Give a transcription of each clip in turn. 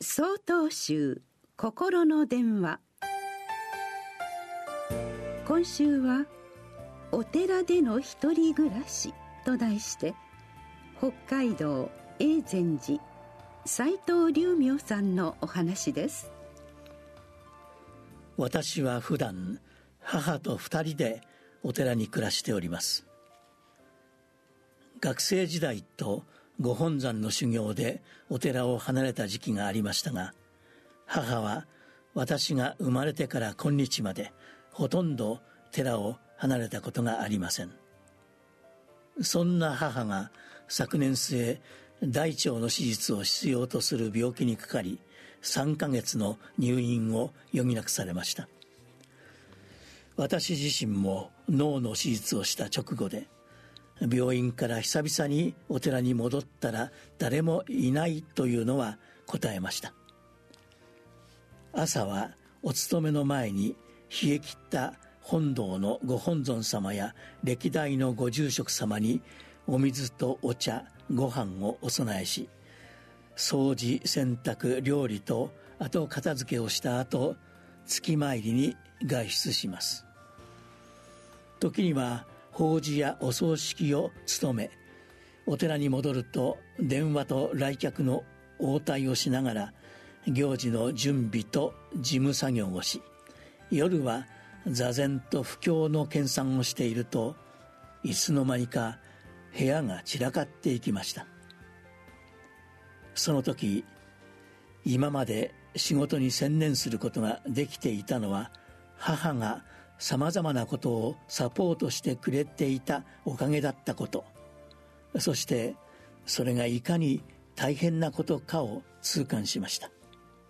曹洞宗心の電話。今週はお寺での一人暮らしと題して、北海道永禅寺斉藤龍明さんのお話です。 私は普段母と2人でお寺に暮らしております。学生時代とご本山の修行でお寺を離れた時期がありましたが、母は私が生まれてから今日までほとんど寺を離れたことがありません。そんな母が昨年末、大腸の手術を必要とする病気にかかり、3ヶ月の入院を余儀なくされました。私自身も脳の手術をした直後で、病院から久々にお寺に戻ったら誰もいないというのは答えました。朝はお勤めの前に冷え切った本堂のご本尊様や歴代のご住職様にお水とお茶、ご飯をお供えし、掃除、洗濯、料理と後片付けをした後、月参りに外出します。時には法事やお葬式を務め、お寺に戻ると電話と来客の応対をしながら行事の準備と事務作業をし、夜は座禅と布教の研鑽をしていると、いつの間にか部屋が散らかっていきました。その時、今まで仕事に専念することができていたのは、母がさまざまなことをサポートしてくれていたおかげだったこと、そしてそれがいかに大変なことかを痛感しました。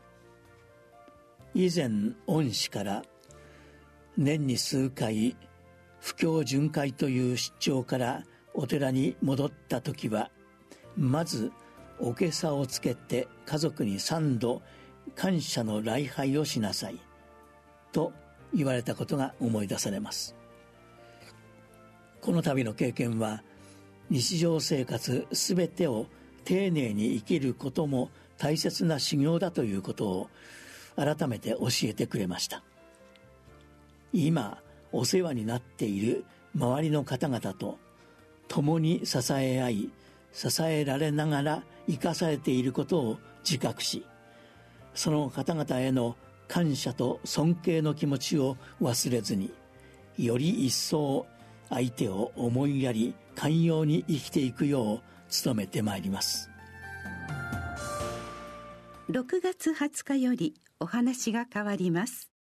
以前恩師から年に数回布教巡回という出張からお寺に戻った時は、まずおけさをつけて家族に3度感謝の礼拝をしなさいと言われたことが思い出されます。この度の経験は、日常生活すべてを丁寧に生きることも大切な修行だということを改めて教えてくれました。今お世話になっている周りの方々と共に支え合い、支えられながら生かされていることを自覚し、その方々への感謝と尊敬の気持ちを忘れずに、より一層相手を思いやり寛容に生きていくよう努めてまいります。 6月20日よりお話が変わります。